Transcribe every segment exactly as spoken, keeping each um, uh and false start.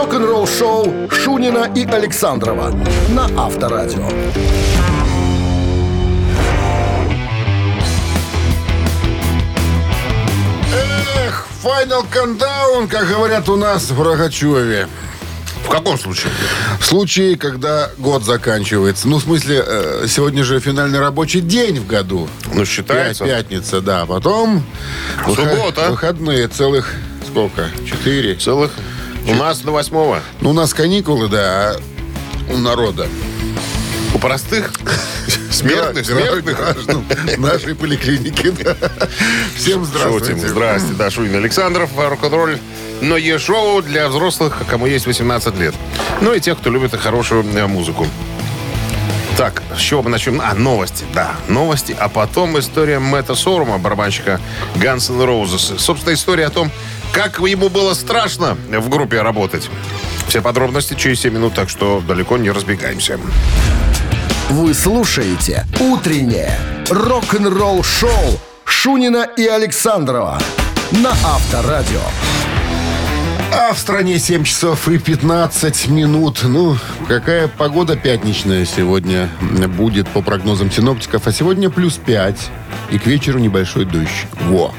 Рок-н-ролл-шоу Шунина и Александрова на Авторадио. Эх, Final Countdown, как говорят у нас в Рогачеве. В каком случае? В случае, когда год заканчивается. Ну, в смысле, э, сегодня же финальный рабочий день в году. Ну, считается. Пя- Пятница, да. Потом Суббота. выход- выходные целых сколько? Четыре. Целых. У нас до восьмого. Ну, у нас каникулы, да, а у народа. У простых смертных, Гра- смертных. граждан нашей поликлиники. Да. Всем здравствуйте. Шутим. Здрасте, да, Шунин Александров, рок-н-ролл. Но есть шоу для взрослых, кому есть восемнадцать лет. Ну и тех, кто любит хорошую э, музыку. Так, с чего мы начнем? А, новости, да, новости. А потом история Мэтта Сорума, барабанщика Guns N' Roses. Собственно, история о том, как ему было страшно в группе работать. Все подробности через семь минут, так что далеко не разбегаемся. Вы слушаете «Утреннее рок-н-ролл-шоу» Шунина и Александрова на Авторадио. А в стране семь часов и пятнадцать минут. Ну, какая погода пятничная сегодня будет по прогнозам синоптиков. А сегодня плюс пять. И к вечеру небольшой дождь. Во.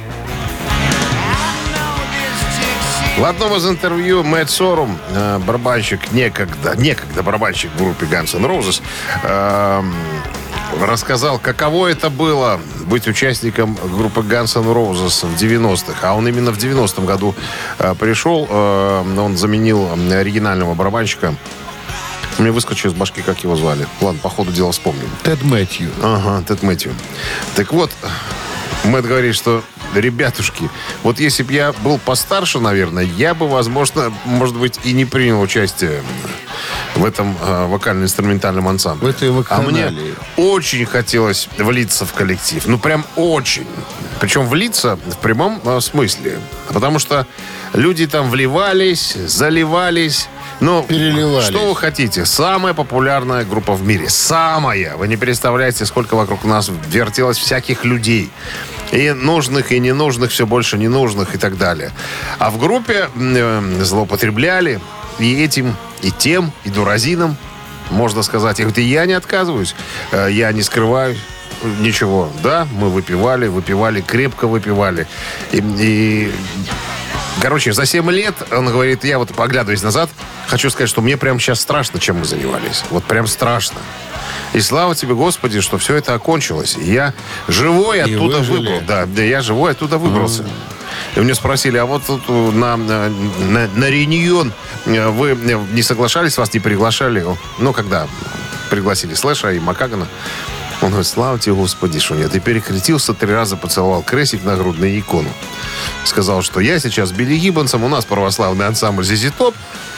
В одном из интервью Мэтт Сорум, э, барабанщик, некогда, некогда барабанщик в группе Guns N' Roses, э, рассказал, каково это было быть участником группы Guns N' Roses в девяностых. А он именно в девяностом году э, пришел, э, он заменил оригинального барабанщика. Мне выскочил из башки, как его звали. Ладно, по ходу дела вспомним. Тед Мэтью. Ага, Тед Мэтью. Так вот, Мэтт говорит, что, ребятушки, вот если бы я был постарше, наверное, я бы, возможно, может быть, и не принял участие в этом э, вокально-инструментальном ансамбле. В этой А вакханалии. мне очень хотелось влиться в коллектив. Ну, прям очень. Причем влиться в прямом э, смысле. Потому что люди там вливались, заливались. Ну, Переливались. что вы хотите? Самая популярная группа в мире. Самая. Вы не представляете, сколько вокруг нас вертелось всяких людей. И нужных, и ненужных, все больше ненужных и так далее. А в группе э, злоупотребляли и этим, и тем, и дуразином, можно сказать. И вот и я не отказываюсь. Э, я не скрываю ничего. Да, мы выпивали, выпивали, крепко выпивали. И... и Короче, за семь лет, он говорит, я вот поглядываясь назад, хочу сказать, что мне прямо сейчас страшно, чем мы занимались. Вот прям страшно. И слава тебе, Господи, что все это окончилось. И я живой И оттуда выжили. выбрал. Да, да, я живой оттуда выбрался. И у меня спросили, а вот тут на, на, на, на реюнион вы не соглашались, вас не приглашали? Ну, когда пригласили Слэша и Макагана. Он говорит, слава тебе, Господи, что нет. И перекрестился, три раза поцеловал крестик нагрудный и икону. Сказал, что я сейчас с Билли Гиббонсом, у нас православный ансамбль Зизи Топ.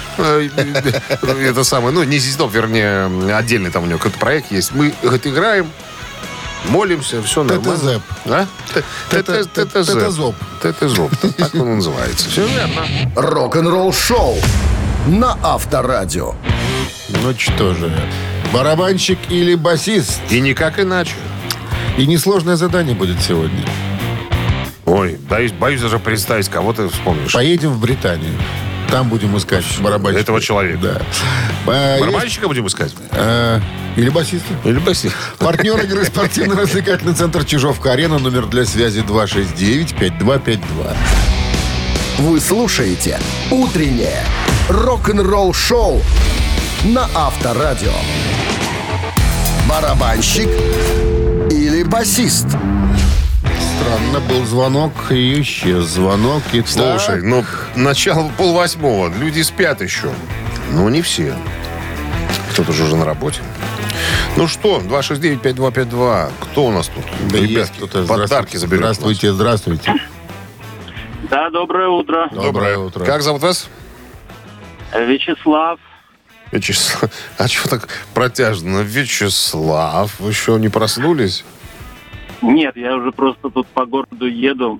Это самое, ну, не Зизи Топ, вернее, отдельный там у него какой-то проект есть. Мы, говорит, играем, молимся, все нормально. А? Тетезоп. Тетезоп. Так он называется. Все верно. Рок-н-ролл-шоу на Авторадио. Ну что же, барабанщик или басист? И никак иначе. И несложное задание будет сегодня. Ой, боюсь, боюсь даже представить, кого ты вспомнишь. Поедем в Британию. Там будем искать барабанщика. Этого человека. Да. А, Барабанщика будем искать? есть, а, или басиста. Или басист? Партнер игры спортивно-развлекательный центр Чижовка-Арена. Номер для связи два шесть девять пять два пять два. Вы слушаете «Утреннее рок-н-ролл-шоу» на Авторадио. Барабанщик или басист? Странно, был звонок и исчез звонок. И Слушай, так. ну, начало полвосьмого. Люди спят еще. Ну, не все. Кто-то же уже на работе. Ну что, два шесть девять пять два пять два. Кто у нас тут? Да есть Ребятки, кто-то. подарки заберет. у нас. Здравствуйте, здравствуйте. Да, доброе утро. Доброе утро. Как зовут вас? Вячеслав. Вячеслав. А что так протяжно? Вячеслав. Вы еще не проснулись? Нет, я уже просто тут по городу еду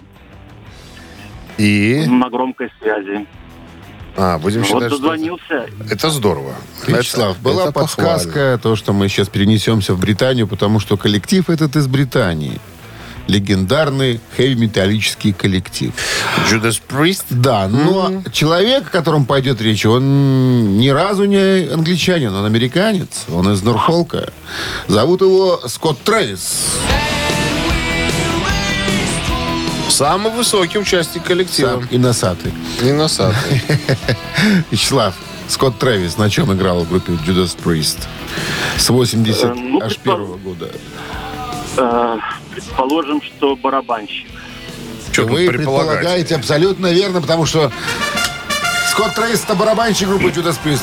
И? на громкой связи. А, будем Вот считать, что дозвонился. это, это здорово. Вячеслав, Это- была это подсказка, похвально. то, что мы сейчас перенесемся в Британию, потому что коллектив этот из Британии. легендарный хэви-металлический коллектив. Judas Priest? Да, но mm-hmm. человек, о котором пойдет речь, он ни разу не англичанин, он американец, он из Норфолка. Зовут его Скотт Трэвис. Самый высокий участник коллектива. Сам и носатый. И носатый. Вячеслав, Скотт Трэвис на чем играл в группе Judas Priest? С восемьдесят ну, аж первого года. Э, предположим, что барабанщик. Что Вы предполагаете абсолютно верно, потому что Скотт Трэвис — это барабанщик группы Judas Priest.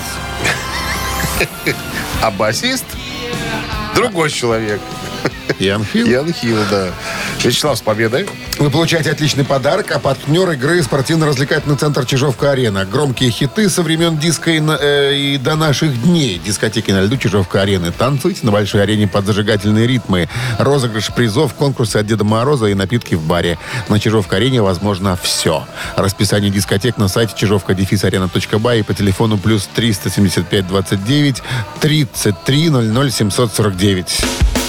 А басист? Другой человек. Ян Хилл. Ян Хилл, да. Вячеслав, с победой. Вы получаете отличный подарок, а партнер игры — спортивно-развлекательный центр «Чижовка-арена». Громкие хиты со времен диска и, на- э, и до наших дней. Дискотеки на льду «Чижовка-арены». Танцуйте на большой арене под зажигательные ритмы. Розыгрыш призов, конкурсы от Деда Мороза и напитки в баре. На «Чижовка-арене» возможно все. Расписание дискотек на сайте чижовка дефис арена точка бай и по телефону плюс триста семьдесят пять двадцать девять тридцать три ноль ноль семьсот сорок девять.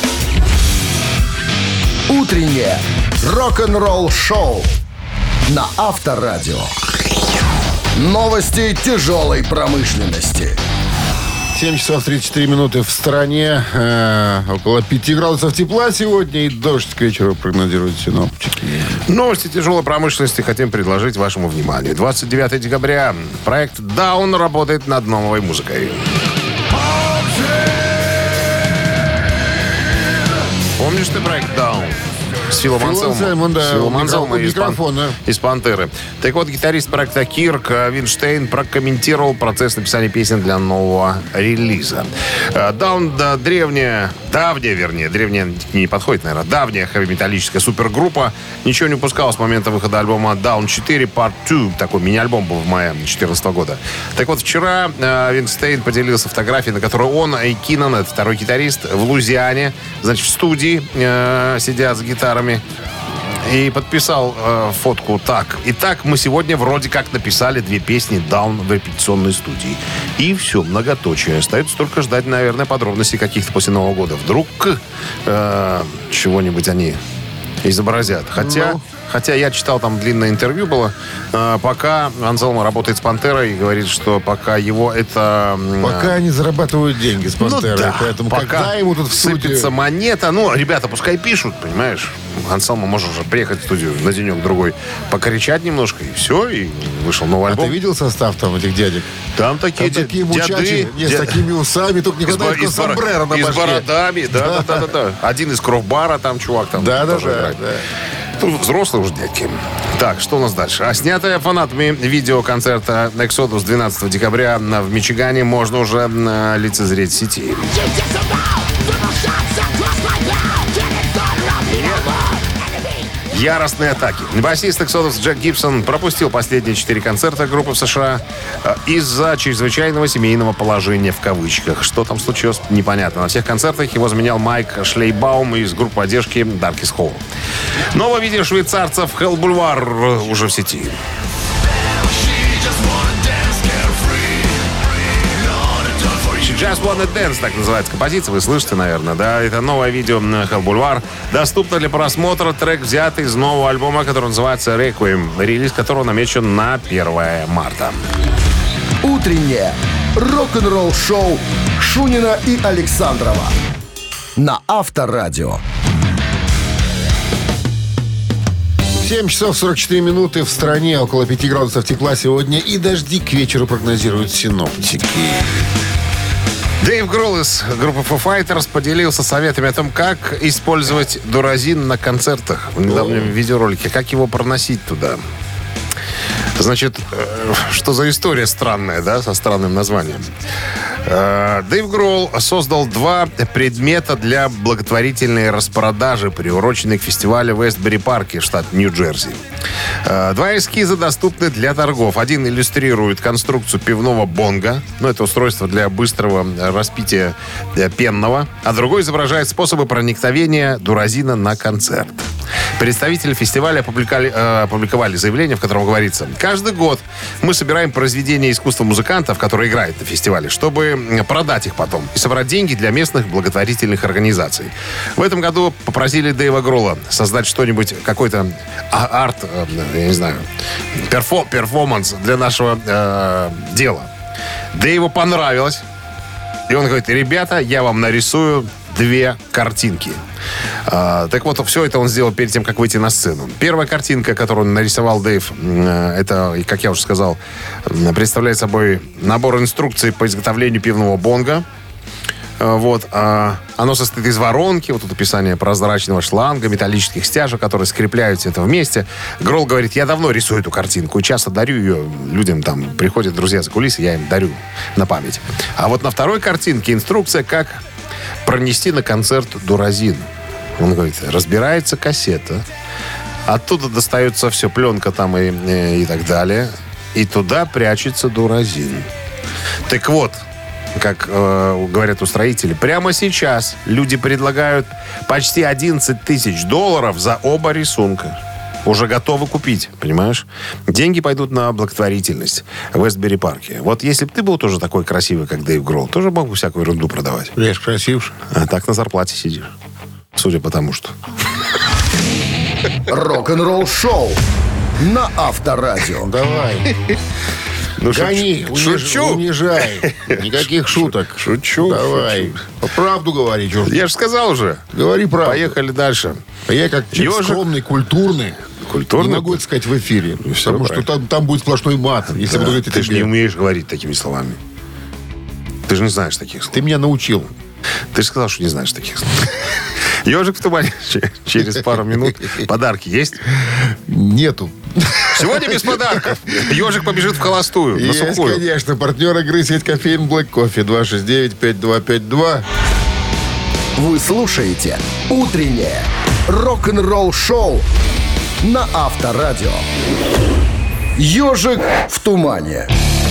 Утреннее рок-н-ролл-шоу на Авторадио. Новости тяжелой промышленности. семь часов тридцать четыре минуты в стране. Э, около пяти градусов тепла сегодня. И дождь к вечеру прогнозируют синоптики. Новости тяжелой промышленности хотим предложить вашему вниманию. двадцать девятого декабря проект Down работает над новой музыкой. Помнишь ты проект Down? С Филом Фил Анселмом. Ансельмом, да, С Филом у Анселмом из, Пан- микрофона. из «Пантеры». Так вот, гитарист проекта Кирк Винштейн прокомментировал процесс написания песен для нового релиза. Даун, да, древняя, давняя, вернее, древняя не подходит, наверное, давняя хэви-металлическая супергруппа ничего не упускала с момента выхода альбома Down четыре Part два. Такой мини-альбом был в мае две тысячи четырнадцатого года. Так вот, вчера э, Винштейн поделился фотографией, на которой он и Кинан, это второй гитарист, в Луизиане, значит, в студии э, сидят с гитарами. И подписал э, фотку так. Итак, мы сегодня вроде как написали две песни Down в репетиционной студии. И все, многоточие. Остается только ждать, наверное, подробностей каких-то после Нового года. Вдруг э, чего-нибудь они изобразят. Хотя, Ну. хотя я читал, там длинное интервью было. Э, пока Анзелмо работает с «Пантерой» и говорит, что пока его это... э, Пока они зарабатывают деньги с «Пантерой». ну да, Поэтому пока когда ему тут в студию... сыпется монета, ну, ребята, пускай пишут, понимаешь. Ансельмо может уже приехать в студию на денек-другой, покричать немножко, и все, и вышел новый А альбом. ты видел состав там этих дядек? Там такие, Там такие дя- мучачи, дяды, не, с дя- такими усами, только не и с хватает бо- и с бора- сомбреро на и с башке. бородами, да, да, да, да, да. Один из кровбара, там чувак там Да, да, тоже да, играет. да. Тут взрослые уже дядьки. Так, что у нас дальше? А снятое фанатами видео концерта Exodus двенадцатого декабря в Мичигане можно уже э, лицезреть в сети. Яростные атаки. Басист Exodus Джек Гибсон пропустил последние четыре концерта группы в США э, из-за чрезвычайного семейного положения в кавычках. Что там случилось, непонятно. На всех концертах его заменял Майк Шлейбаум из группы поддержки Darkest Hole. Новое видео швейцарцев Hell Boulevard уже в сети. She Just Wanna Dance, так называется композиция, вы слышите, наверное, да? Это новое видео Hell Boulevard. Доступно для просмотра. Трек взят из нового альбома, который называется Requiem, релиз которого намечен на первое марта. Утреннее рок-н-ролл-шоу Шунина и Александрова на Авторадио. семь часов сорок четыре минуты в стране, около пяти градусов тепла сегодня, и дожди к вечеру прогнозируют синоптики. Дэйв Гролл из группы Foo Fighters поделился советами о том, как использовать дуразин на концертах в недавнем видеоролике, как его проносить туда. Значит, э, что за история странная, да, со странным названием. Э, Дэйв Гролл создал два предмета для благотворительной распродажи, приуроченные к фестивалю в Вестбери-парке, штат Нью-Джерси. Э, два эскиза доступны для торгов. Один иллюстрирует конструкцию пивного бонга, ну, это устройство для быстрого распития пенного, а другой изображает способы проникновения дуразина на концерт. Представители фестиваля опубликовали, э, опубликовали заявление, в котором говорится: каждый год мы собираем произведения искусства музыкантов, которые играют на фестивале, чтобы продать их потом и собрать деньги для местных благотворительных организаций. В этом году попросили Дэйва Гролла создать что-нибудь, какой-то а- арт, э, я не знаю, перфо- перформанс для нашего э, дела. Дэйву понравилось. И он говорит: ребята, я вам нарисую две картинки. А, так вот, все это он сделал перед тем, как выйти на сцену. Первая картинка, которую нарисовал Дэйв, это, как я уже сказал, представляет собой набор инструкций по изготовлению пивного бонга. Вот. А, оно состоит из воронки, вот тут описание прозрачного шланга, металлических стяжек, которые скрепляют это вместе. Гролл говорит: я давно рисую эту картинку и часто дарю ее людям, там приходят друзья за кулисы, я им дарю на память. А вот на второй картинке инструкция, как пронести на концерт дуразин. Он говорит: разбирается кассета, оттуда достается все, пленка там и, и, и так далее, и туда прячется дуразин. Так вот, как э, говорят устроители, прямо сейчас люди предлагают почти одиннадцать тысяч долларов за оба рисунка. Уже готовы купить, понимаешь? Деньги пойдут на благотворительность в Вестбери-парке. Вот если бы ты был тоже такой красивый, как Дэйв Гролл, тоже мог бы всякую ерунду продавать. Я ж красивше. А так на зарплате сидишь. Судя по тому, что... Рок-н-ролл шоу на Авторадио. Давай. Ну, Гони, униж- шучу. унижай. Никаких шуток. Шучу. Давай. Правду говори, чёрт. Я же сказал уже. Говори правду. Поехали дальше. А я как человек Ёжик. скромный, культурный, Культурный? не могу это сказать в эфире. всё Потому что правильно. там, там будет сплошной мат. Если буду говорить Ты это же не тебе. умеешь говорить такими словами. Ты же не знаешь таких слов. Ты меня научил. Ты же сказал, что не знаешь таких слов. Ежик в тумане. Ч- Через пару минут. Подарки есть? Нету. Сегодня без подарков. Ежик побежит в холостую. На Есть, сухую. конечно. Партнер игры сеть кофеин Black Coffee. два шесть девять пять два пять два. Вы слушаете «Утреннее рок-н-ролл-шоу» на Авторадио. «Ежик в тумане».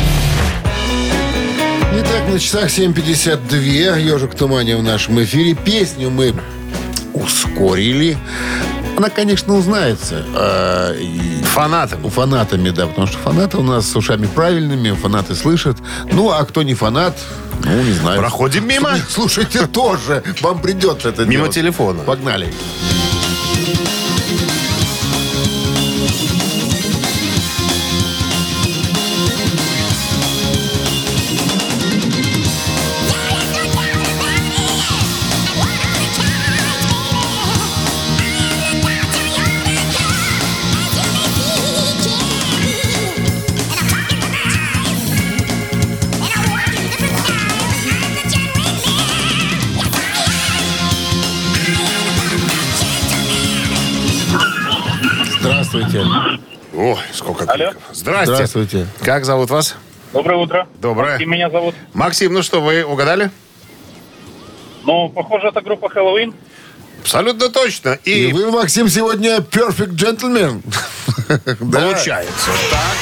Итак, на часах семь пятьдесят два. «Ежик в тумане» в нашем эфире. Песню мы ускорили. Она, конечно, узнается. а, и Фанатам. у фанатами, да, потому что фанаты у нас с ушами правильными, фанаты слышат. Ну, а кто не фанат, ну, не знаю. Проходим мимо. Слушайте тоже. Вам придется это Мимо делать. телефона. Погнали. Здравствуйте. Ой, сколько Алло. кликов. Здрасте. Здравствуйте. Как зовут вас? Доброе утро. Доброе. Максим меня зовут. Максим, ну что, вы угадали? Ну, похоже, это группа Хэллоуин. Абсолютно точно. И, И вы, Максим, сегодня perfect gentleman. Да. получается. Так.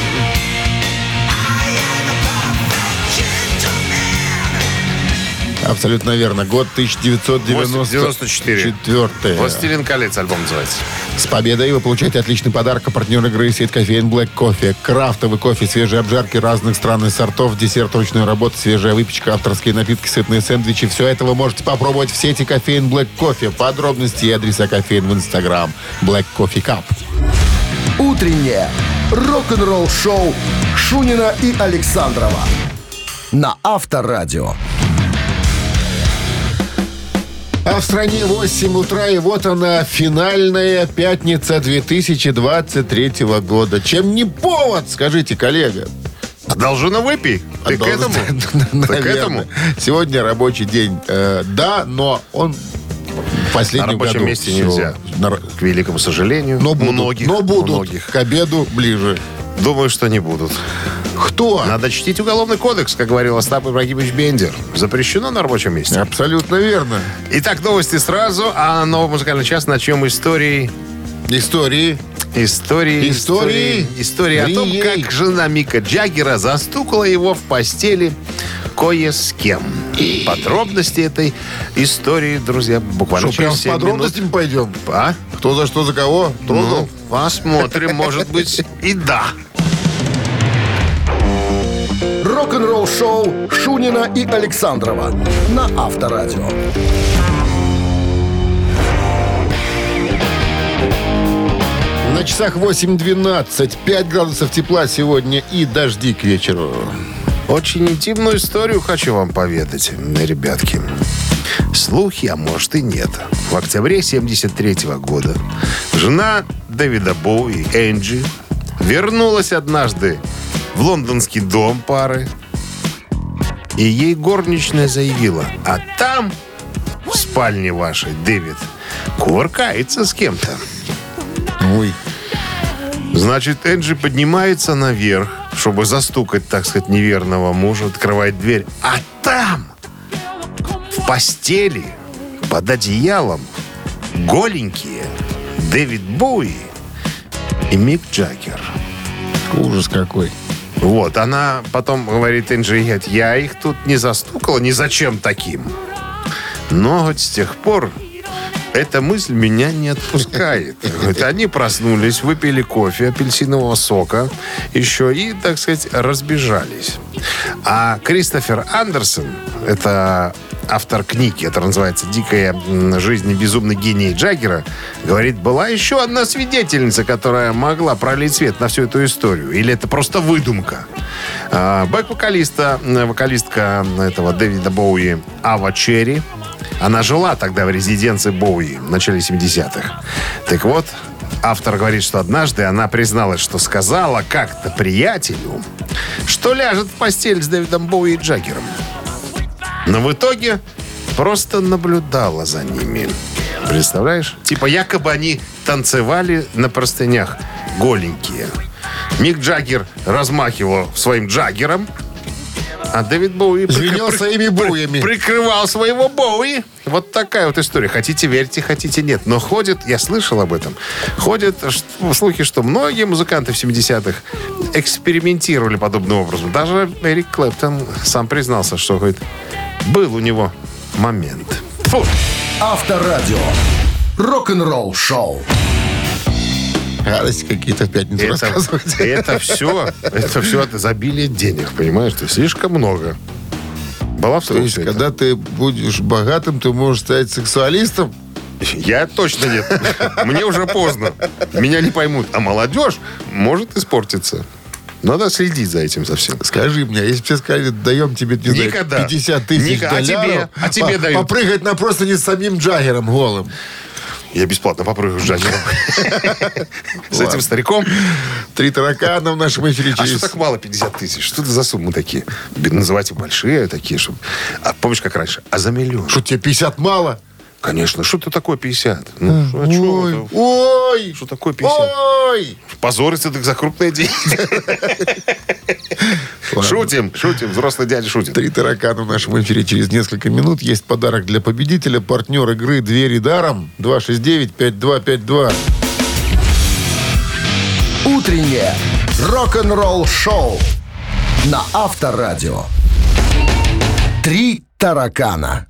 Абсолютно верно. Год тысяча девятьсот девяносто четыре. «Властелин колец» альбом называется. С победой вы получаете отличный подарок. Партнер игры сеть кофеин Black Coffee. Крафтовый кофе, свежие обжарки разных стран и сортов, десерт ручной работы, свежая выпечка, авторские напитки, сытные сэндвичи. Все это вы можете попробовать в сети кофеин Black Coffee. Подробности и адреса кофеин в Инстаграм. Black Coffee Cup. «Утреннее рок-н-ролл-шоу» Шунина и Александрова на Авторадио. А в стране восемь утра, и вот она, финальная пятница две тысячи двадцать третьего года. Чем не повод, скажите, коллега? Должно выпей. Ты к Должен- этому? Ты к Наверное. этому? Сегодня рабочий день. Э, да, но он в На последнем рабочем году. месте всё. нельзя. На р- К великому сожалению. Но будут, многих, но будут многих. к обеду ближе. Думаю, что не будут. Кто? Надо чтить уголовный кодекс, как говорил Остап Ибрагимович Бендер. Запрещено на рабочем месте. Абсолютно верно. Итак, новости сразу, а новый музыкальный час начнем историей. Истории. Истории, Истории. истории о том, Ри-ей. как жена Мика Джаггера застукала его в постели кое с кем. Подробности этой истории, друзья, буквально Что, прям через с семь подробностями минут. пойдем? А? Кто за что, за кого? Трогал? Ну, посмотрим, может быть, и да. Рок-н-ролл шоу Шунина и Александрова на Авторадио. На часах восемь двенадцать. пять градусов тепла сегодня и дожди к вечеру. Очень интимную историю хочу вам поведать, ребятки. Слухи, а может и нет. В октябре семьдесят третьего года жена Дэвида Боуи, Энджи, вернулась однажды в лондонский дом пары. И ей горничная заявила: а там, в спальне вашей, Дэвид кувыркается с кем-то. Ой. Значит, Энджи поднимается наверх, чтобы застукать, так сказать, неверного мужа, открывает дверь. А там, в постели, под одеялом, голенькие Дэвид Боуи и Мик Джаггер. Ужас какой. Вот, она потом говорит Энджи, нет, я их тут не застукала ни за чем таким. Но вот с тех пор эта мысль меня не отпускает. Говорит, они проснулись, выпили кофе, апельсинового сока еще и, так сказать, разбежались. А Кристофер Андерсон, это автор книги, это называется «Дикая жизнь и безумный гений Джаггера», говорит, была еще одна свидетельница, которая могла пролить свет на всю эту историю. Или это просто выдумка. Бэк-вокалиста, вокалистка этого Дэвида Боуи Ава Черри, она жила тогда в резиденции Боуи в начале семидесятых. Так вот, автор говорит, что однажды она призналась, что сказала как-то приятелю, что ляжет в постель с Дэвидом Боуи и Джаггером. Но в итоге просто наблюдала за ними. Представляешь? Типа якобы они танцевали на простынях голенькие. Мик Джаггер размахивал своим Джаггером, а Дэвид Боуи Звенел своими Боуями. прикрывал своего Боуи. Вот такая вот история. Хотите верьте, хотите нет. Но ходит, я слышал об этом, ходят слухи, что многие музыканты в семидесятых экспериментировали подобным образом. Даже Эрик Клэптон сам признался, что говорит, был у него момент. Фу. Авторадио. Рок-н-ролл шоу. Радости какие-то в пятницу Это, рассказываете. это все, это все от изобилия денег, понимаешь? То есть слишком много. Была в То есть, когда ты будешь богатым, ты можешь стать сексуалистом? Я точно нет. Мне уже поздно. Меня не поймут. А молодежь может испортиться. Надо следить за этим совсем. Скажи мне, если бы тебе сказали, даем тебе, не знаю, Никогда. пятьдесят тысяч Ника- а долларов, тебе? А тебе по- дают? попрыгать на просто не с самим Джаггером голым. Я бесплатно попрыгаю с Джаггером. С этим стариком. Три таракана в нашем эфире А что через... так мало пятьдесят тысяч? Что это за суммы такие? Называйте большие такие, чтобы... А помнишь, как раньше? А за миллион? Что, тебе пятьдесят мало? Конечно, что это такое пятьдесят? Ну, а чё Ой, это? ой, Что такое пятьдесят? ой. Позориться так за крупные деньги. Шутим, шутим. Взрослый дядя шутит. Три таракана в нашем эфире через несколько минут. Есть подарок для победителя. Партнер игры «Двери даром». два шесть девять пять два пять два. Утреннее рок-н-ролл шоу на Авторадио. Три таракана.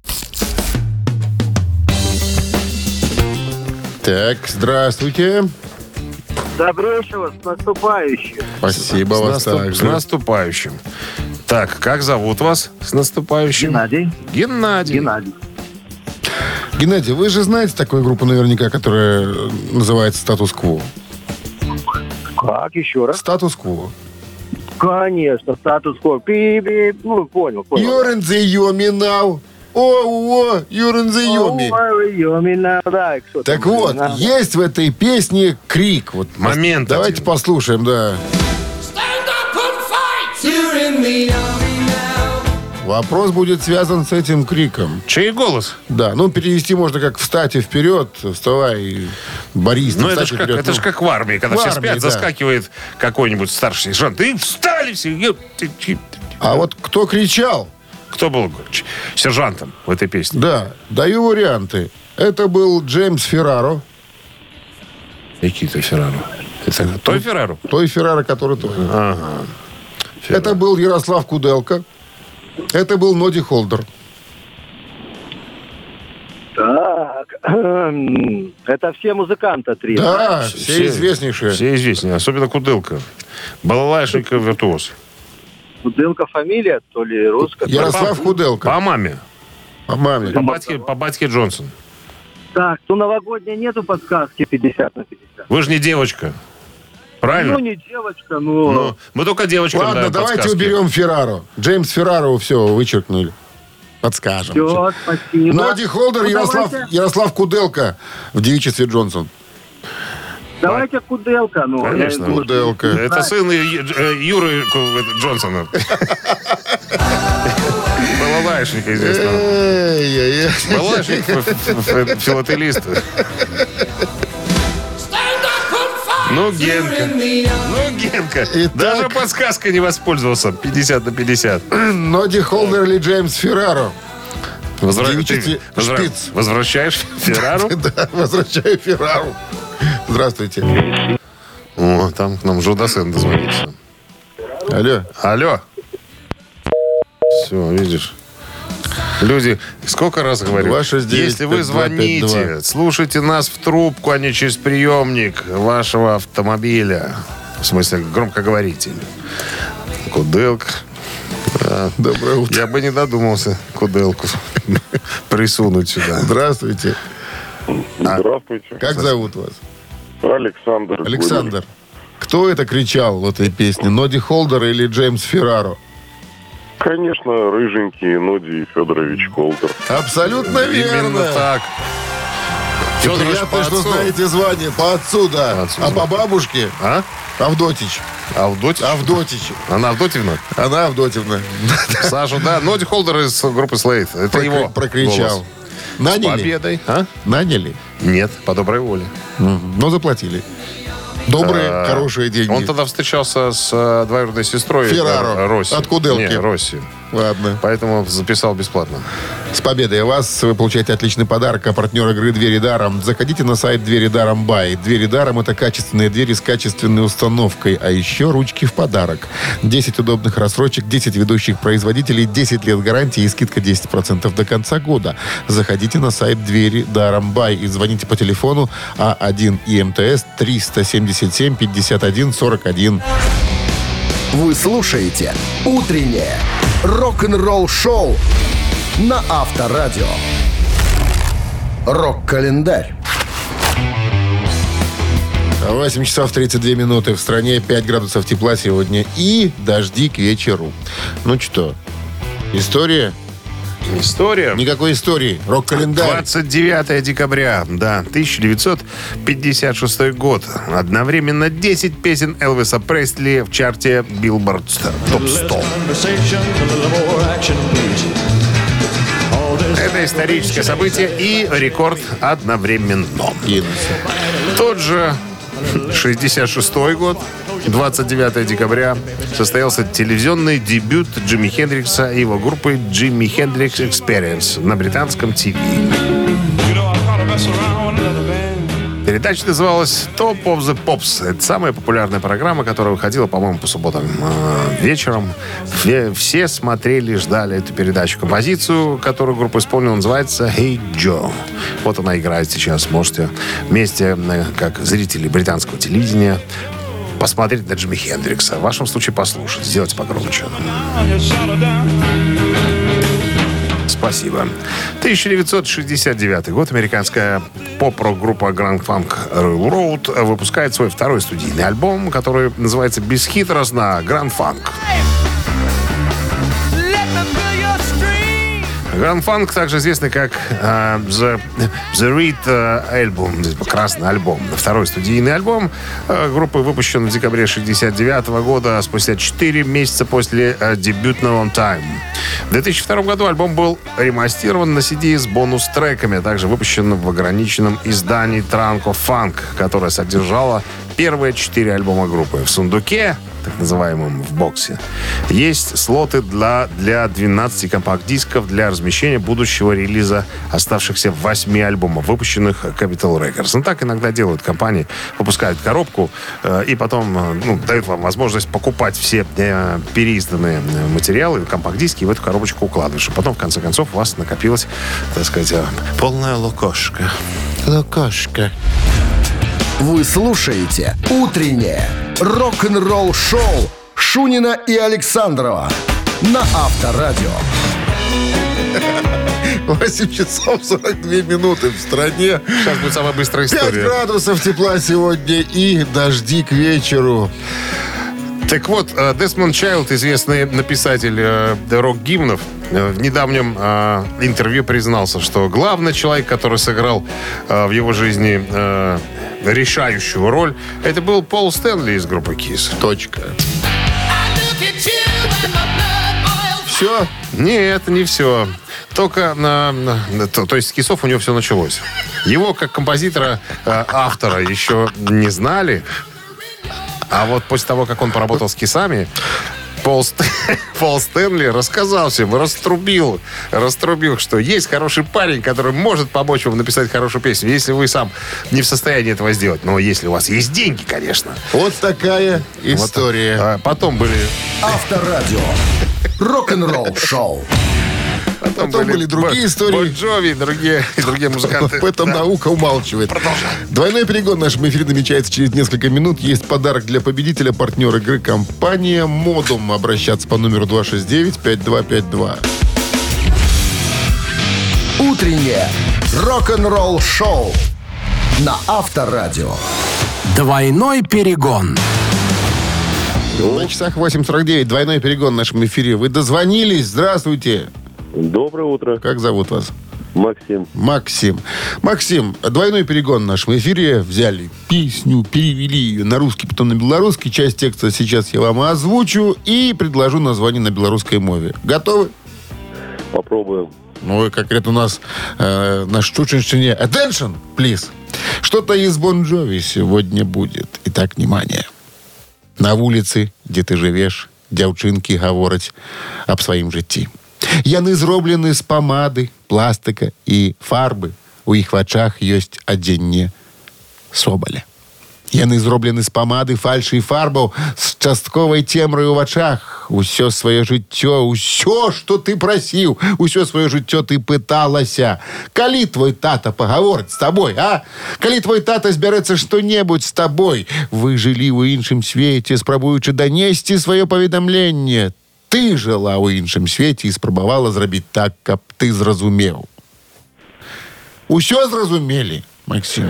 Так, здравствуйте. Добрый вечер вас, с наступающим. Спасибо С, вас наступ- также. с наступающим. Так, как зовут вас с наступающим? Геннадий. Геннадий. Геннадий. Геннадий, вы же знаете такую группу наверняка, которая называется «Статус-кво». Как еще раз? «Статус-кво». Конечно, статус-кво. Пи-пи. Ну, понял, понял. You're in the yummy now. О, о, you're in the yummy. Ой, Йомина, да, кто Так там, вот, да. есть в этой песне крик. Вот, Момент Давайте один. послушаем, да. Вопрос будет связан с этим криком. Чей голос? Да, ну перевести можно как «встать и вперед», «вставай, Борис, Ну, встать это же и как, вперед». это Ну, ж как в армии, когда в все армии, спят, да. заскакивает какой-нибудь старший сержант. И встали все. Ё- ты- ты- А вот кто кричал? Кто был ч- сержантом в этой песне? Да, даю варианты. Это был Джеймс Ферраро. Никита Ферраро. Это той Ферраро? Той Ферраро, который той. Ага. Это был Ярослав Куделка. Это был Ноди Холдер. Эм, Это все музыканты три. Да, все, известнейшие. Все известнее, особенно Куделка. Балалайшника виртуоз. Куделка фамилия, то ли русская. Ярослав Куделка. По маме. По маме. По батьке, по батьке Джонсон. Так, ну новогодняя нету подсказки пятьдесят на пятьдесят. Вы же не девочка. Правильно? Ну, не девочка, но... Ну, мы только девочкам Ладно, даем давайте подсказки. уберем Феррару. Джеймс Феррару все вычеркнули. Подскажем. Все, спасибо. Ноди Холдер, Ну, Ярослав, давайте, Ярослав Куделка в девичестве Джонсон. давайте Куделка, ну. Конечно. я- Куделка. Это сын Ю- э, Юры Ку- Джонсона. Балалайшника известного. Эй-эй-эй. Балалайшник, ф- ф- ф- филателист. Ну, Генка. Ну, Генка. Итак. Даже подсказкой не воспользовался. пятьдесят на пятьдесят. Ноди Холдер или Джеймс Ферраро? Возвра- девичестве ты возвра- шпиц. Возвращаешь Феррару? Да, возвращаю Феррару. Здравствуйте. О, там к нам Жудасен дозвонится. Алло. Алло. Все, видишь. Люди, сколько раз говорю, два шесть девять если вы пять два пять два. звоните, слушайте нас в трубку, а не через приемник вашего автомобиля. В смысле, громкоговоритель. Куделка. Да. Доброе утро. Я бы не додумался Куделку присунуть сюда. Здравствуйте. Здравствуйте. Как зовут вас? Александр. Александр. Кто это кричал в этой песне? Ноди Холдер или Джеймс Ферраро? Конечно, рыженький Ноди Федорович Холдер. Абсолютно верно. Именно так. Федорович Приятно, по что отцу. знаете звание. По отцу, да. По отцу а знаю. по бабушке? А? Авдотич. Авдотьевич? Авдотич. Она Авдотьевна? Она Авдотьевна. Саша, да. Ноди Холдер из группы Слейд. Это Прокри- его Прокричал. голос. С Наняли? победой. А? Наняли? Нет, по доброй воле. Мгм. Но заплатили. Добрые, А, хорошие деньги. Он тогда встречался с э, двоюродной сестрой Ферраро. э, Росси. От Куделки. Не, Росси. Ладно. Поэтому записал бесплатно. С победой вас! Вы получаете отличный подарок. А партнер игры «Двери даром». Заходите на сайт «Двери даром бай». «Двери даром» — это качественные двери с качественной установкой. А еще ручки в подарок. десять удобных рассрочек, десять ведущих производителей, десять лет гарантии и скидка десять процентов до конца года. Заходите на сайт «Двери даром бай» и звоните по телефону А один и Эм Тэ Эс триста семьдесят семь пятьдесят один сорок один. Вы слушаете «Утреннее рок-н-ролл-шоу» на Авторадио. Рок-календарь. восемь часов тридцать две минуты. В стране пять градусов тепла сегодня и дожди к вечеру. Ну что, история? История. Никакой истории. Рок-календарь. двадцать девятое декабря, да, тысяча девятьсот пятьдесят шестой год. Одновременно десять песен Элвиса Пресли в чарте Billboard топ сто. Это историческое событие и рекорд одновременно. Тот же шестьдесят шестой год, двадцать девятое декабря, состоялся телевизионный дебют Джимми Хендрикса и его группы Jimi Hendrix Experience на британском ТВ. Передача называлась Top of the Pops. Это самая популярная программа, которая выходила, по-моему, по субботам э, вечером. Все, все смотрели, ждали эту передачу. Композицию, которую группа исполнила, называется «Hey Joe». Вот она играет сейчас. Можете вместе, э, как зрители британского телевидения, посмотреть на Джимми Хендрикса. В вашем случае послушать. Сделайте погромче. Спасибо. тысяча девятьсот шестьдесят девятый год. Американская поп-рок-группа Grand Funk Railroad выпускает свой второй студийный альбом, который называется бесхитростно Grand Funk. Grand Funk также известный как uh, The, The Red uh, Album, красный альбом. Второй студийный альбом uh, группы выпущен в декабре шестьдесят девятого года, спустя четыре месяца после uh, дебютного On Time. В две тысячи втором году альбом был ремастирован на си ди с бонус-треками, а также выпущен в ограниченном издании Trunk of Funk, которое содержало первые четыре альбома группы. В сундуке так называемом, в боксе, есть слоты для, для двенадцати компакт-дисков для размещения будущего релиза оставшихся восьми альбомов, выпущенных Capitol Records. Ну, так иногда делают компании. Выпускают коробку э, и потом э, ну, дают вам возможность покупать все э, переизданные материалы, компакт-диски, и в эту коробочку укладываешь. И потом, в конце концов, у вас накопилась, так сказать, э, полная лукошка. Лукошка. Вы слушаете «Утреннее рок-н-ролл-шоу» Шунина и Александрова на Авторадио. восемь часов сорок две минуты в стране. Сейчас будет самая быстрая пять история. градусов тепла сегодня и дожди к вечеру. Так вот, Десмонд Чайлд, известный написатель э, рок-гимнов, э, в недавнем э, интервью признался, что главный человек, который сыграл э, в его жизни э, решающую роль, это был Пол Стэнли из группы Kiss. Точка. Все? Нет, не все. Только на, на- то, то есть с Кисов у него все началось. Его как композитора, э, автора еще не знали. А вот после того, как он поработал с Кисами, Пол, Ст... Пол Стэнли рассказал всем, раструбил, раструбил, что есть хороший парень, который может помочь вам написать хорошую песню, если вы сам не в состоянии этого сделать. Но если у вас есть деньги, конечно. Вот такая Вот, история. а потом были... Авторадио. Рок-н-ролл-шоу. Потом были другие Бон- истории. Бон Джови и другие, и другие музыканты. Об этом Да. наука умалчивает. Продолжаем. Двойной перегон в нашем эфире намечается через несколько минут. Есть подарок для победителя, партнер игры компания «Модум». Обращаться по номеру два шесть девять пять два пять два. Утреннее рок-н-ролл-шоу на Авторадио. Двойной перегон. На часах восемь сорок девять. Двойной перегон в нашем эфире. Вы дозвонились. Здравствуйте. Доброе утро, Как зовут вас? Максим. Максим. Максим, двойной перегон в нашем эфире. Взяли песню, перевели ее на русский, потом на белорусский. Часть текста сейчас я вам озвучу и предложу название на белорусской мове. Готовы? Попробуем. Ну, и конкретно у нас э, на штученщине attention, please. Что-то из Бон Джови сегодня будет. Итак, внимание. На вулицы, где ты живеш, дзяўчынкі гавораць аб сваім жыцці. Яны зроблены з памады, пластыка і фарбы. У іх вачах ёсць адзенне собаля. Яны зроблены з памады, фальшы і фарбаў, з частковай цемрай у вачах. Усё сваё жыццё, усё, што ты прасіў, усё сваё жыццё ты пыталася. Калі твой тата пагаворыць з табой, а? Калі твой тата збярэцца што-небудзь з табой? Вы жылі ў іншым свеце, спрабуючы данесці сваё паведамленне. Ты жыла ў іншым свеце і спрабавала зрабіць так, каб ты зразумеў. Усё зразумелі, Максим?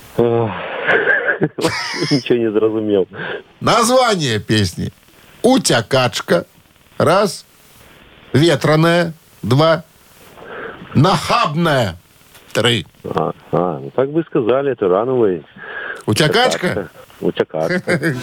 Ничего не зразумел. Название песни. Утякачка. Раз. Ветраная. Два. Нахабная. Три. А, а, ну так бы сказали, это Runaway. Утякачка? Утякачка.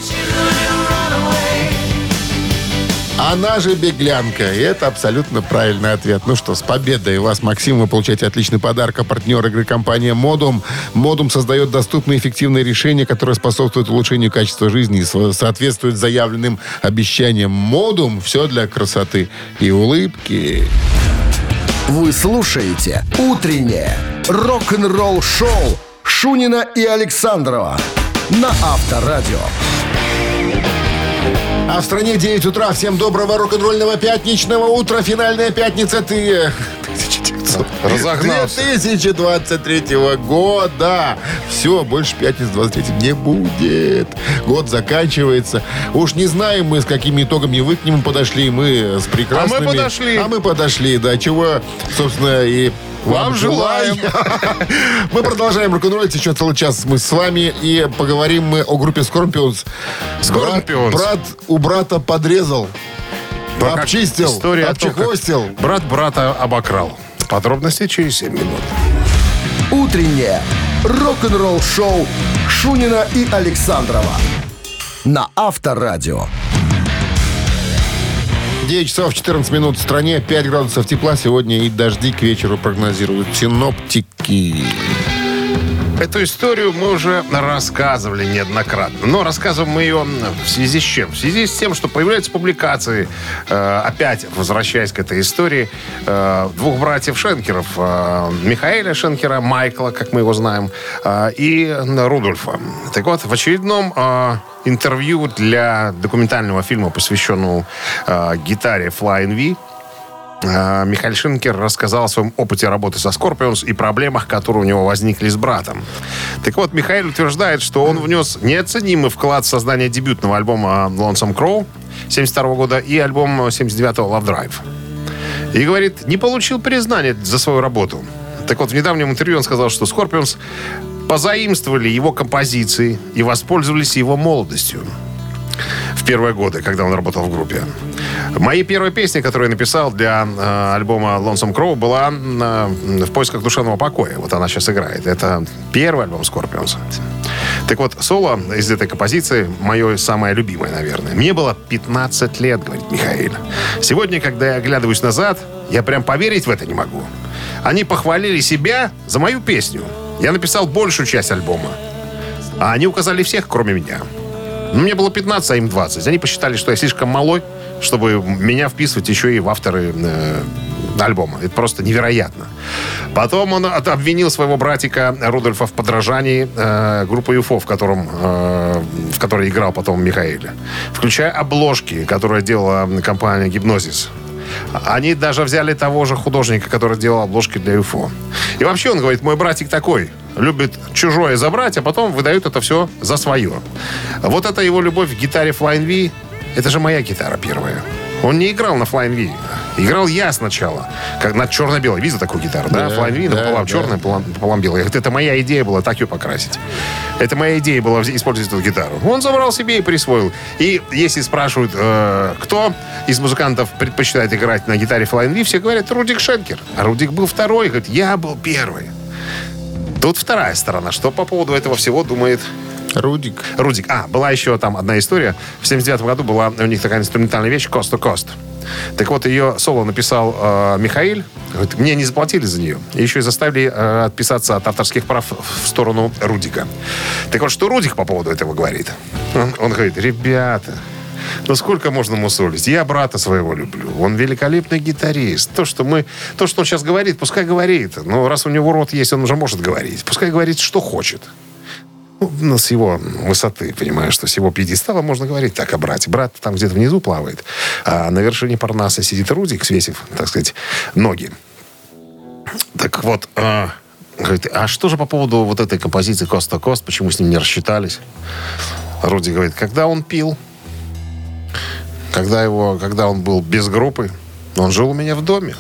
Она же беглянка. И это абсолютно правильный ответ. Ну что, с победой вас, Максим. Вы получаете отличный подарок. А партнер игры компания «Модум». «Модум» создает доступные и эффективные решения, которые способствуют улучшению качества жизни и со- соответствуют заявленным обещаниям. «Модум» – все для красоты и улыбки. Вы слушаете «Утреннее рок-н-ролл-шоу» Шунина и Александрова на Авторадио. А в стране девять утра. Всем доброго рок-н-ролльного пятничного утра. Финальная пятница ты... Разогнался. две тысячи двадцать третьего года. Все, больше пятниц двадцать третьего не будет. Год заканчивается. Уж не знаем мы, с какими итогами вы к нему подошли. Мы с прекрасными... А мы подошли. А мы подошли, да. Чего, собственно, и... Вам желаем. Мы продолжаем рок-н-роллить. Еще целый час мы с вами. И поговорим мы о группе Scorpions. Scorpions. Брат, брат у брата подрезал. Как Обчистил. история о том, как Обчехвостил. брат брата обокрал. Подробности через семь минут. Утреннее рок-н-ролл-шоу Шунина и Александрова на Авторадио. девять часов четырнадцать минут в стране. пять градусов тепла сегодня и дожди к вечеру прогнозируют синоптики. Эту историю мы уже рассказывали неоднократно. Но рассказываем мы ее в связи с чем? В связи с тем, что появляются публикации, э, опять возвращаясь к этой истории, э, двух братьев Шенкеров. Э, Михаэля Шенкера, Майкла, как мы его знаем, э, и Рудольфа. Так вот, в очередном э, интервью для документального фильма, посвященного э, гитаре Flying V, Михаэль Шенкер рассказал о своем опыте работы со Scorpions и проблемах, которые у него возникли с братом. Так вот, Михаэль утверждает, что он внес неоценимый вклад в создание дебютного альбома Lonesome Crow семьдесят второго года и альбом семьдесят девятого Love Drive. И, говорит, не получил признания за свою работу. Так вот, в недавнем интервью он сказал, что Scorpions позаимствовали его композиции и воспользовались его молодостью в первые годы, когда он работал в группе. Моей первой песней, которую я написал для э, альбома Lonesome Crow, была э, «В поисках душевного покоя». Вот она сейчас играет. Это первый альбом Scorpions. Так вот, соло из этой композиции мое самое любимое, наверное. Мне было пятнадцать лет, говорит Михаэль. Сегодня, когда я оглядываюсь назад, я прям поверить в это не могу. Они похвалили себя за мою песню. Я написал большую часть альбома. А они указали всех, кроме меня. Мне было пятнадцать, а им двадцать. Они посчитали, что я слишком малой, чтобы меня вписывать еще и в авторы э, альбома. Это просто невероятно. Потом он обвинил своего братика Рудольфа в подражании э, группы ю эф о, в, котором, э, в которой играл потом Михаэль. Включая обложки, которые делала компания «Гипнозис». Они даже взяли того же художника, который делал обложки для ю эф о. И вообще, он говорит, мой братик такой, любит чужое забрать, а потом выдают это все за свое. Вот это его любовь к гитаре Flying V, это же моя гитара первая. Он не играл на Flying V. Играл я сначала. Как на черно-белой. Видел такую гитару, да? Да, Flying V, да, пополам да. черная, пополам, пополам белая. Это моя идея была так ее покрасить. Это моя идея была использовать эту гитару. Он забрал себе и присвоил. И если спрашивают, э, кто из музыкантов предпочитает играть на гитаре Flying V, все говорят Рудик Шенкер. А Рудик был второй. Говорит, я был первый. Тут вторая сторона. Что по поводу этого всего думает Рудик. Рудик. А, была еще там одна история. В семьдесят девятом году была у них такая инструментальная вещь «Coast to Coast». Так вот, ее соло написал э, Михаэль. Говорит, мне не заплатили за нее. И еще и заставили э, отписаться от авторских прав в сторону Рудика. Так вот, что Рудик по поводу этого говорит? Он, он говорит, ребята, ну сколько можно мусолить? Я брата своего люблю. Он великолепный гитарист. То, что мы, то, что он сейчас говорит, пускай говорит. Но раз у него рот есть, он уже может говорить. Пускай говорит, что хочет. Ну, с его высоты, понимаешь, что с его пьедестала можно говорить так о брате. Брат там где-то внизу плавает, а на вершине Парнаса сидит Рудик, свесив, так сказать, ноги. Так вот, а, говорит, а что же по поводу вот этой композиции «Coast to Coast», почему с ним не рассчитались? Рудик говорит, когда он пил, когда, его, когда он был без группы, он жил у меня в доме.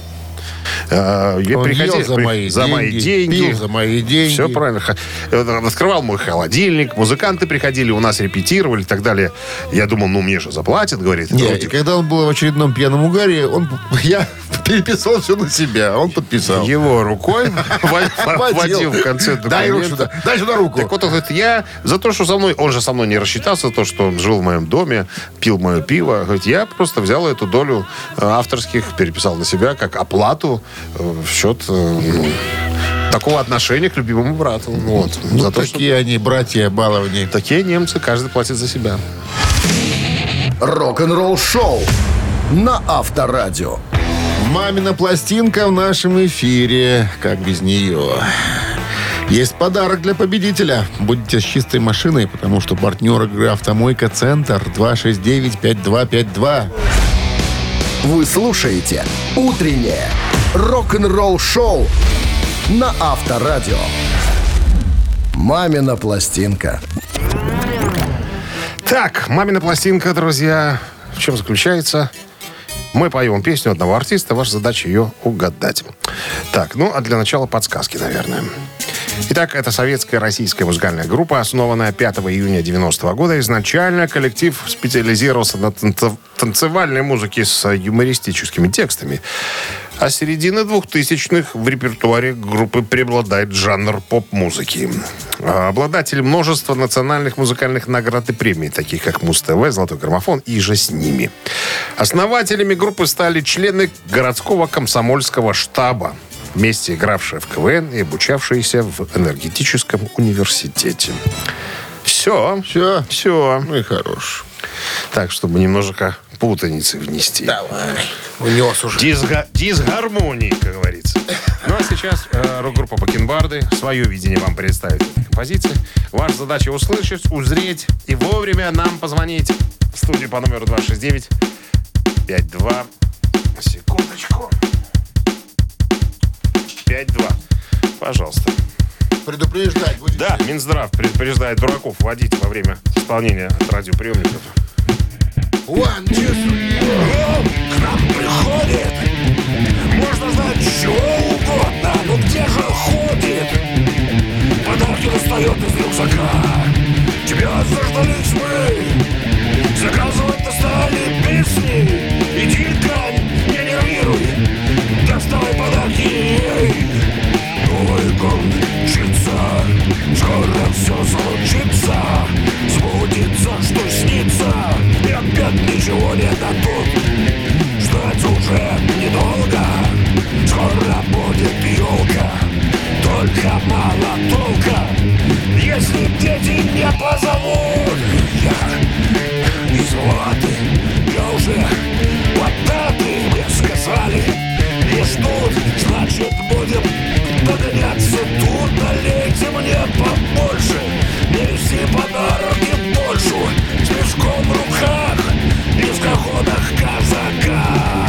Я Он приходил, ел за мои за деньги, мои деньги, пил за мои деньги. Все правильно. Открывал мой холодильник, музыканты приходили, у нас репетировали и так далее. Я думал, ну мне же заплатят, говорит. Нет, Рудик. и когда он был в очередном пьяном угаре, он, я переписал все на себя, он подписал. Его рукой водил в конце документа. Дай руку сюда, дай сюда руку. Так вот, он говорит, я за то, что со мной, он же со мной не рассчитался, за то, что он жил в моем доме, пил мое пиво. Говорит, я просто взял эту долю авторских, переписал на себя как оплату в счет ну, такого отношения к любимому брату. Вот. Ну, за то, такие что... они, братья, баловни. Такие немцы, каждый платит за себя. Рок-н-ролл шоу на Авторадио. Мамина пластинка в нашем эфире. Как без нее? Есть подарок для победителя. Будете с чистой машиной, потому что партнер игры «Автомойка Центр» два шесть девять пять два пять два. Вы слушаете «Утреннее рок-н-ролл-шоу» на Авторадио. «Мамина пластинка». Так, «Мамина пластинка», друзья, в чем заключается? Мы поем песню одного артиста, ваша задача ее угадать. Так, ну, а для начала подсказки, наверное. Итак, это советская российская музыкальная группа, основанная пятого июня девяностого года. Изначально коллектив специализировался на танцев- танцевальной музыке с юмористическими текстами. А с середины двухтысячных в репертуаре группы преобладает жанр поп-музыки. Обладатель множества национальных музыкальных наград и премий, таких как Муз-ТВ, Золотой граммофон и же с ними. Основателями группы стали члены городского комсомольского штаба. вместе игравшая в КВН и обучавшаяся в энергетическом университете. Все. Все? Все. Ну и хорош. Так, чтобы немножко путаницы внести. Давай. Унес уже. Дисга- дисгармонии, как говорится. Ну а сейчас э, рок-группа Бакенбарды свое видение вам представит этой композиции. Ваша задача услышать, узреть и вовремя нам позвонить в студию по номеру два шесть девять пять два. Секундочку. пять два. Пожалуйста. Предупреждать будете? Да, Минздрав предупреждает дураков водить во время исполнения радиоприемников. One, two, three. К нам приходит, можно знать чего угодно, но где же ходит? Подарки достает из рюкзака. Тебя заждались мы, заказывать достали песни. Иди-ка, не нервируй, доставай подарки. Новый год мчится, скоро все случится. Сбудется, что снится, и опять ничего не дадут. Ждать уже недолго, скоро будет елка. Только мало толка, если дети не позовут. Я из Латы, я уже поддаты, мне сказали. И ждут, значит будем догоняться тут. Налейте мне побольше, неси подарки больше. С мешком в руках и в коходах-казаках.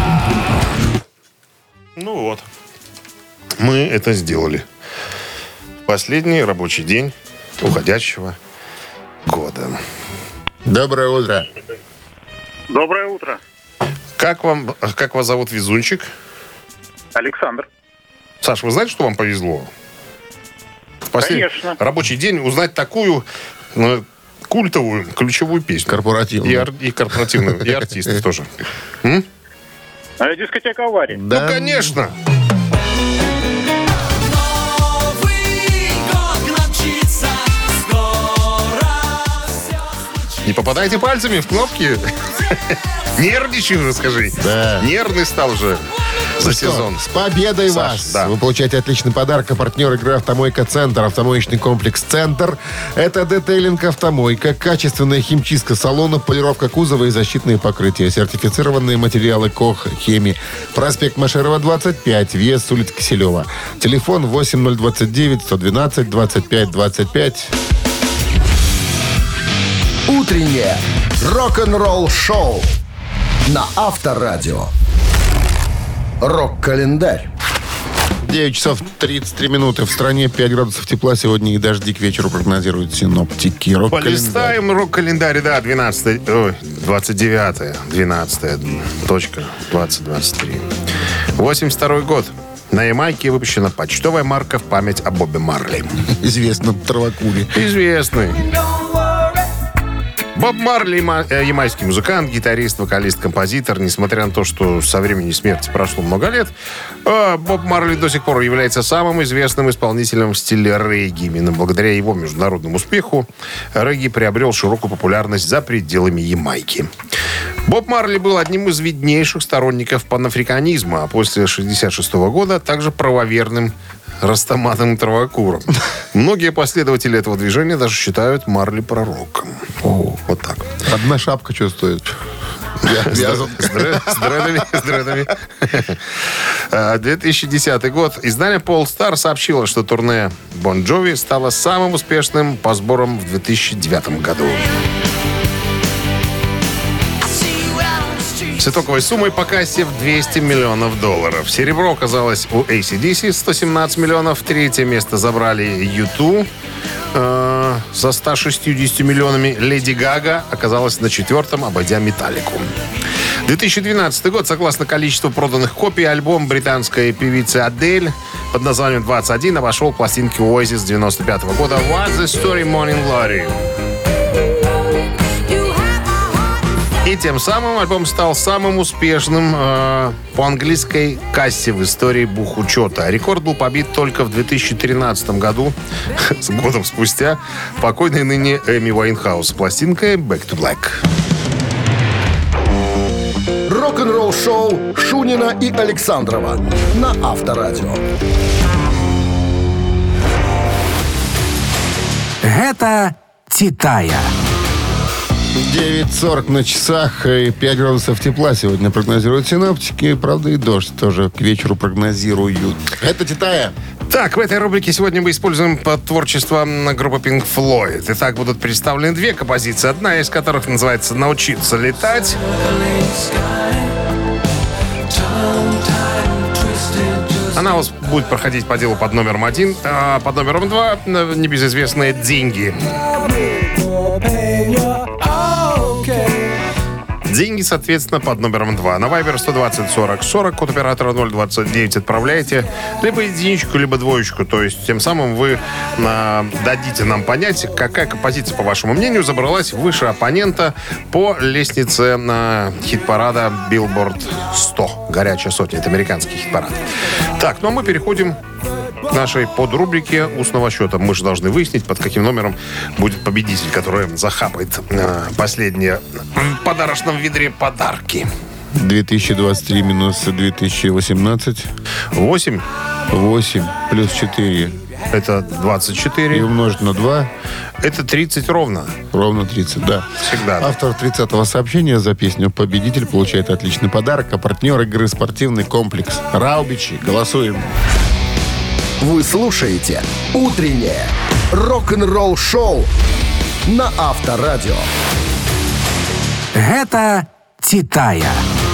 Ну вот. Мы это сделали. Последний рабочий день уходящего года. Доброе утро. Доброе утро. Как вам, как вас зовут, везунчик? Александр. Саш, вы знаете, что вам повезло? В последний Конечно. рабочий день узнать такую ну, культовую, ключевую песню. Корпоративную. И, ар- и корпоративную, и артистов тоже. М? А дискотека аварии. Ну, конечно. Не попадайте пальцами в кнопки. Нервничай уже, скажи. Да. Нервный стал уже за сезон. С победой Саш, вас! да. Вы получаете отличный подарок. А партнер игры «Автомойка Центр». Автомоечный комплекс «Центр». Это детейлинг «Автомойка», качественная химчистка салона, полировка кузова и защитные покрытия. Сертифицированные материалы КОХ «Хеми». Проспект Машерова, двадцать пять. Въезд с улицы Киселева. Телефон восемь ноль двадцать девять сто двенадцать двадцать пять двадцать пять. Утреннее рок-н-ролл-шоу на Авторадио. Рок-календарь. девять часов тридцать три минуты. В стране пять градусов тепла. Сегодня и дожди к вечеру прогнозируют синоптики. Рок-календарь. Полистаем рок-календарь, да, двенадцатое, ой, двадцать девятое, двенадцатое, точка, двадцать двадцать три. восемьдесят второй год. На Ямайке выпущена почтовая марка в память о Бобби Марли. Известно Травакуре. Известный. Боб Марли, ямайский музыкант, гитарист, вокалист, композитор. Несмотря на то, что со времени смерти прошло много лет, Боб Марли до сих пор является самым известным исполнителем в стиле регги. Именно благодаря его международному успеху регги приобрел широкую популярность за пределами Ямайки. Боб Марли был одним из виднейших сторонников панафриканизма, а после шестьдесят шестого года также правоверным растаманным травокуром. Многие последователи этого движения даже считают Марли пророком. О, вот так. Одна шапка что стоит? С дред- с дредами. С дредами. две тысячи десятый год. Издание Polestar сообщило, что турне Bon Jovi стало самым успешным по сборам в две тысячи девятом году. С итоговой суммой по кассе в двести миллионов долларов. Серебро оказалось у эй си ди си сто семнадцать миллионов. Третье место забрали ю ту э, за сто шестьдесят миллионами. Леди Гага оказалась на четвертом, обойдя Металлику. две тысячи двенадцатый год. Согласно количеству проданных копий, альбом британской певицы Адель под названием двадцать один обошел пластинки Oasis девяносто пятого года «What's the Story Morning Glory». И тем самым альбом стал самым успешным э, по английской кассе в истории бухучета. Рекорд был побит только в две тысячи тринадцатом году, с годом спустя, покойной ныне Эми Уайнхаус с пластинкой «Back to Black». Рок-н-ролл-шоу Шунина и Александрова на Авторадио. Гэта «Титая». девять сорок на часах и пять градусов тепла сегодня прогнозируют синоптики. Правда, и дождь тоже к вечеру прогнозируют. Это «Титая». Так, в этой рубрике сегодня мы используем творчество группы Pink Floyd. Итак, будут представлены две композиции, одна из которых называется «Научиться летать». Она у вас будет проходить по делу под номером один, а под номером два небезызвестные «Деньги». Деньги, соответственно, под номером два. На Viber сто двадцать сорок сорок, код оператора ноль двадцать девять отправляете либо единичку, либо двоечку. То есть, тем самым вы а, дадите нам понять, какая композиция, по вашему мнению, забралась выше оппонента по лестнице на хит-парада Billboard сто. Горячая сотня. Это американский хит-парад. Так, ну а мы переходим к нашей подрубрике устного счета. Мы же должны выяснить, под каким номером будет победитель, который захапает э, последние в подарочном ведре подарки. две тысячи двадцать три минус две тысячи восемнадцать. восемь. восемь плюс четыре. Это двадцать И четыре. умножить на два. Это тридцать ровно. Ровно тридцать, да. Всегда. Автор тридцатого сообщения за песню «Победитель» получает отличный подарок. А партнер игры «Спортивный комплекс Раубичи». Голосуем. Вы слушаете «Утреннее рок-н-ролл-шоу» на Авторадио. Гэта «Титая».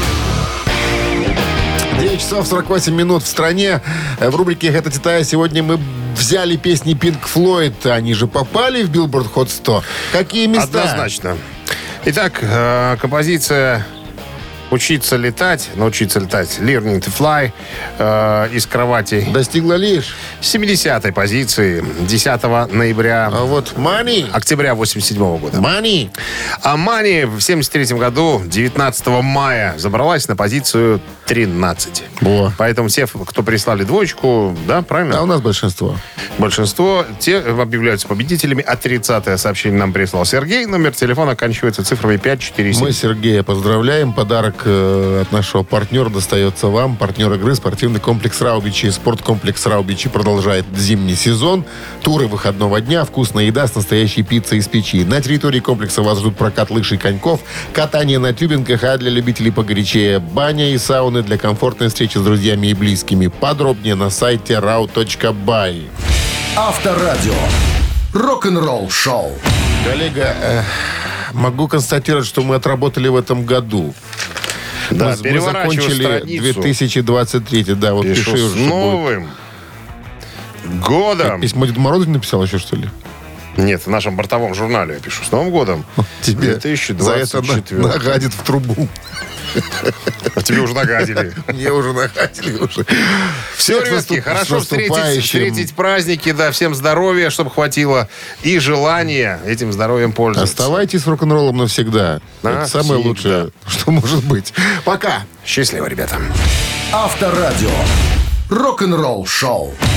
девять часов сорок восемь минут в стране. В рубрике «Это Титая» сегодня мы взяли песни Pink Floyd. Они же попали в Billboard Hot сто. Какие места? Однозначно. Итак, э, композиция «Учиться летать», научиться летать, «Learning to Fly» э, из кровати. Достигла лишь. С семидесятой позиции десятого ноября. А вот «Money». Октября восемьдесят седьмого года. «Money». А «Money» в семьдесят третьем году, девятнадцатого мая, забралась на позицию тринадцать. Во. Поэтому все, кто прислали двоечку, да, правильно? А у нас большинство. Большинство, те объявляются победителями. А тридцатое сообщение нам прислал Сергей. Номер телефона оканчивается цифрами пять четыре семь. Мы Сергея поздравляем. Подарок э, от нашего партнера достается вам. Партнер игры «Спортивный комплекс Раубичи». Спорткомплекс Раубичи продолжает зимний сезон. Туры выходного дня, вкусная еда с настоящей пиццей из печи. На территории комплекса вас ждут прокат лыж и коньков, катание на тюбингах, а для любителей погорячее баня и сауны для комфортной встречи с друзьями и близкими. Подробнее на сайте рау точка бай. Авторадио. Рок-н-ролл-шоу. Коллега, э, могу констатировать, что мы отработали в этом году. Да, мы, мы переворачиваю закончили страницу. две тысячи двадцать третий. Да, вот Пишу пиши с уже, что будет. новым годом. Письмо Деду Морозу написал еще, что ли? Нет, в нашем бортовом журнале я пишу. С Новым годом. Тебе две тысячи за это двадцать четвёртый. на- нагадит в трубу. А тебе уже нагадили. Мне уже нагадили. Уже. Все, Всех ребятки, наступ- хорошо с встретить, наступающим. встретить праздники, да, всем здоровья, чтобы хватило, и желания этим здоровьем пользоваться. Оставайтесь с рок-н-роллом навсегда. Да, Это самое всегда. лучшее, что может быть. Пока. Счастливо, ребята. Авторадио. Рок-н-ролл-шоу.